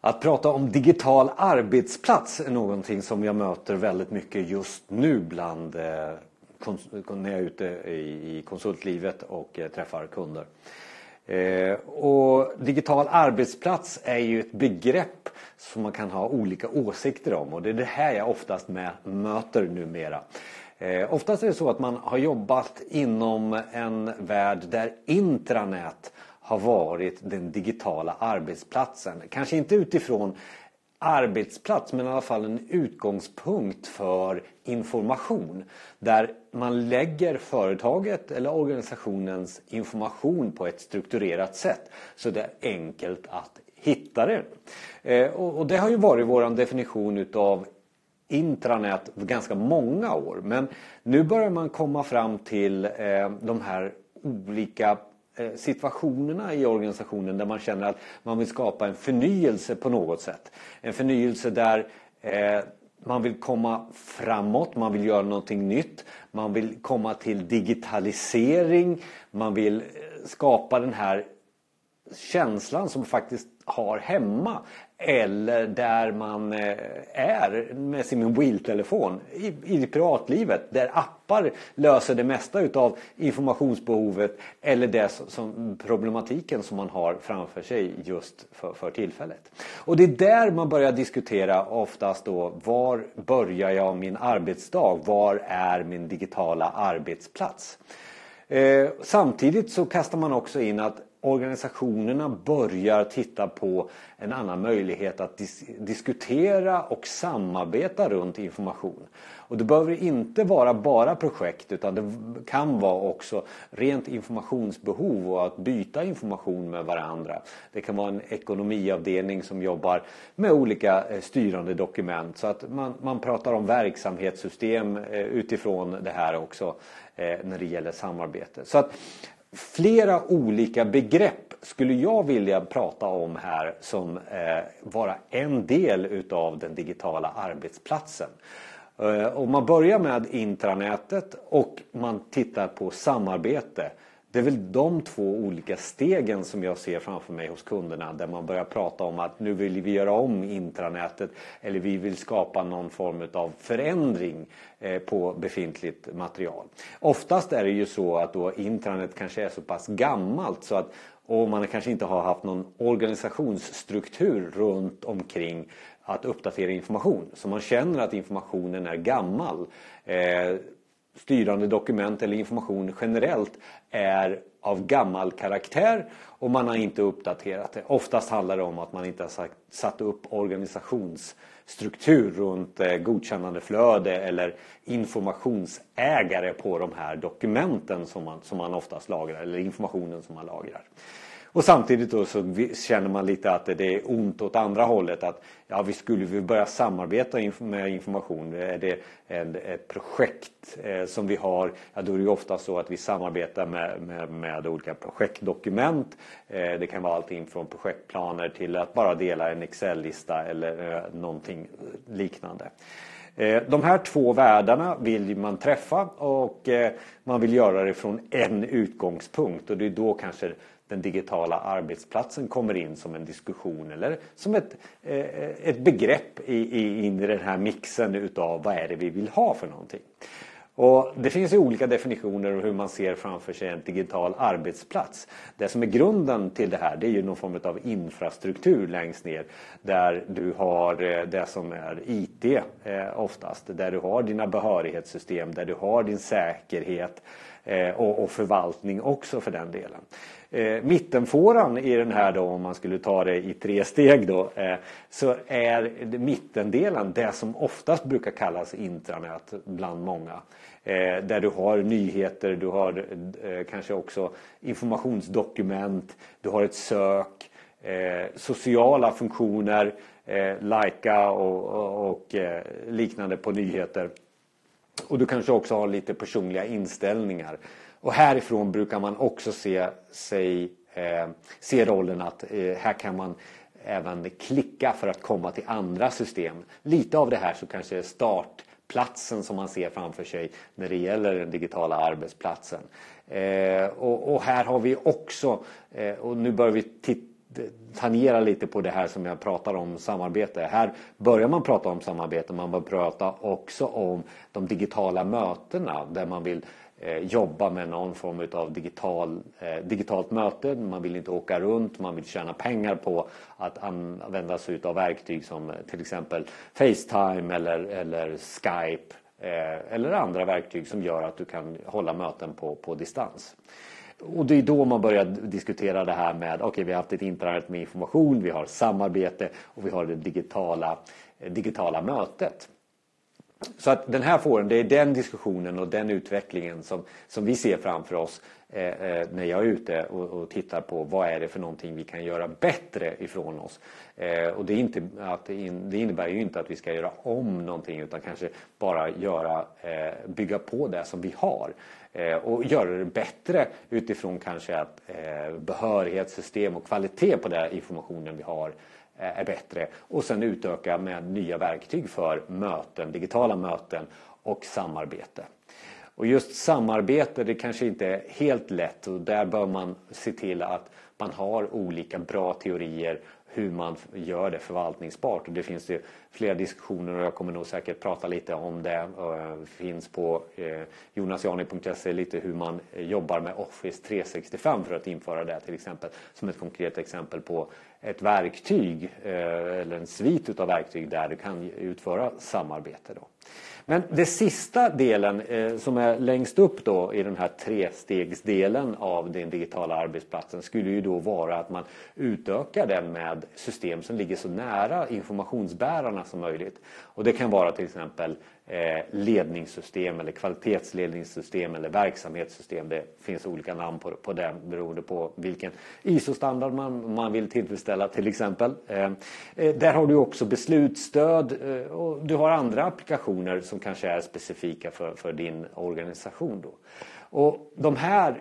Att prata om digital arbetsplats är någonting som jag möter väldigt mycket just nu bland när jag är ute i konsultlivet och träffar kunder. Och digital arbetsplats är ju ett begrepp som man kan ha olika åsikter om, och det är det här jag oftast möter numera. Oftast är det så att man har jobbat inom en värld där intranät har varit den digitala arbetsplatsen. Kanske inte utifrån arbetsplats, men i alla fall en utgångspunkt för information. Där man lägger företaget eller organisationens information på ett strukturerat sätt. Så det är enkelt att hitta det. Och det har ju varit vår definition utav intranät ganska många år. Men nu börjar man komma fram till de här olika situationerna i organisationen där man känner att man vill skapa en förnyelse på något sätt. En förnyelse där man vill komma framåt, man vill göra någonting nytt, man vill komma till digitalisering, man vill skapa den här känslan som faktiskt har hemma, eller där man är med sin mobiltelefon i privatlivet, där appar löser det mesta utav informationsbehovet eller det som problematiken som man har framför sig just för tillfället. Och det är där man börjar diskutera oftast då, var börjar jag min arbetsdag? Var är min digitala arbetsplats? Samtidigt så kastar man också in att organisationerna börjar titta på en annan möjlighet att diskutera och samarbeta runt information. Och det behöver inte vara bara projekt, utan det kan vara också rent informationsbehov och att byta information med varandra. Det kan vara en ekonomiavdelning som jobbar med olika styrande dokument, så att man pratar om verksamhetssystem utifrån det här också när det gäller samarbete. Så att flera olika begrepp skulle jag vilja prata om här som vara en del utav den digitala arbetsplatsen. Om man börjar med intranätet och man tittar på samarbete. Det är väl de två olika stegen som jag ser framför mig hos kunderna, där man börjar prata om att nu vill vi göra om intranätet, eller vi vill skapa någon form av förändring på befintligt material. Oftast är det ju så att då intranät kanske är så pass gammalt så att, och man kanske inte har haft någon organisationsstruktur runt omkring att uppdatera information. Så man känner att informationen är gammal. Styrande dokument eller information generellt är av gammal karaktär och man har inte uppdaterat det. Oftast handlar det om att man inte har satt upp organisationsstruktur runt godkännande flöde eller informationsägare på de här dokumenten som man oftast lagrar, eller informationen som man lagrar. Och samtidigt då så känner man lite att det är ont åt andra hållet, att ja, vi skulle börja samarbeta med information. Är det ett projekt som vi har, ja, då är det ju ofta så att vi samarbetar med olika projektdokument. Det kan vara allting från projektplaner till att bara dela en Excel-lista eller någonting liknande. De här två världarna vill man träffa och man vill göra det från en utgångspunkt, och det är då kanske den digitala arbetsplatsen kommer in som en diskussion eller som ett begrepp in i den här mixen utav vad är det vi vill ha för någonting. Och det finns ju olika definitioner av hur man ser framför sig en digital arbetsplats. Det som är grunden till det här, det är ju någon form av infrastruktur längst ner. Där du har det som är IT oftast. Där du har dina behörighetssystem, där du har din säkerhet och förvaltning också för den delen. Mittenfåran i den här då, om man skulle ta det i 3 steg då, så är mittendelen det som oftast brukar kallas intranät bland många. Där du har nyheter, du har kanske också informationsdokument, du har ett sök, sociala funktioner, likea och liknande på nyheter. Och du kanske också har lite personliga inställningar. Och härifrån brukar man också se rollen att här kan man även klicka för att komma till andra system. Lite av det här så kanske är startplatsen som man ser framför sig när det gäller den digitala arbetsplatsen. Och här har vi också, och nu börjar vi tangera lite på det här som jag pratar om, samarbete. Här börjar man prata om samarbete, man börjar prata också om de digitala mötena där man vill jobba med någon form av digitalt möte. Man vill inte åka runt, man vill tjäna pengar på att använda sig av verktyg som till exempel FaceTime eller Skype eller andra verktyg som gör att du kan hålla möten på distans. Och det är då man börjar diskutera det här med okej, vi har haft ett internet med information, vi har samarbete och vi har det digitala mötet. Så att den här fåren, det är den diskussionen och den utvecklingen som vi ser framför oss när jag är ute och tittar på vad är det för någonting vi kan göra bättre ifrån oss. Och det innebär ju inte att vi ska göra om någonting utan kanske bara bygga på det som vi har. Och göra det bättre utifrån kanske att behörighetssystem och kvalitet på den informationen vi har är bättre. Och sen utöka med nya verktyg för möten, digitala möten och samarbete. Och just samarbete, det kanske inte är helt lätt och där bör man se till att man har olika bra teorier hur man gör det förvaltningsbart. Och det finns ju flera diskussioner och jag kommer nog säkert prata lite om det. Det finns på jonasjani.se lite hur man jobbar med Office 365 för att införa det till exempel. Som ett konkret exempel på ett verktyg eller en svit utav verktyg där du kan utföra samarbete då. Men det sista delen som är längst upp då i den här trestegsdelen av den digitala arbetsplatsen skulle ju då vara att man utökar den med system som ligger så nära informationsbärarna som möjligt. Och det kan vara till exempel ledningssystem eller kvalitetsledningssystem eller verksamhetssystem. Det finns olika namn på det beroende på vilken ISO-standard man vill tillfredsställa till exempel. Där har du också beslutsstöd och du har andra applikationer som kanske är specifika för din organisation då. Och de här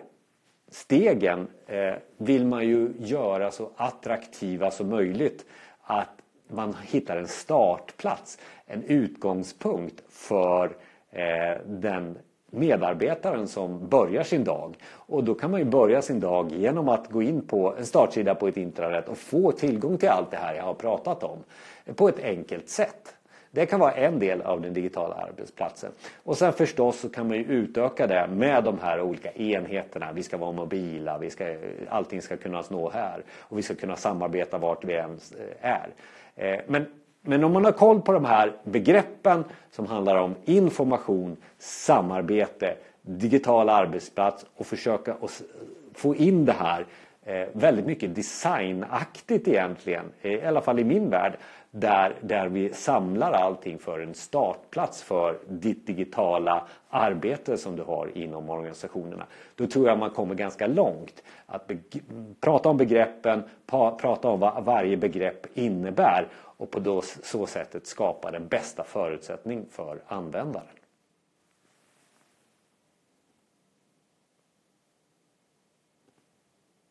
stegen vill man ju göra så attraktiva som möjligt att man hittar en startplats, en utgångspunkt för den medarbetaren som börjar sin dag. Och då kan man ju börja sin dag genom att gå in på en startsida på ett intranet och få tillgång till allt det här jag har pratat om på ett enkelt sätt. Det kan vara en del av den digitala arbetsplatsen. Och sen förstås så kan man ju utöka det med de här olika enheterna. Vi ska vara mobila, allting ska kunna nå här och vi ska kunna samarbeta vart vi än är. Men om man har koll på de här begreppen som handlar om information, samarbete, digital arbetsplats och försöka få in det här väldigt mycket designaktigt egentligen, i alla fall i min värld, där vi samlar allting för en startplats för ditt digitala arbete som du har inom organisationerna. Då tror jag man kommer ganska långt att prata om begreppen, prata om vad varje begrepp innebär och på så sättet skapa den bästa förutsättning för användaren.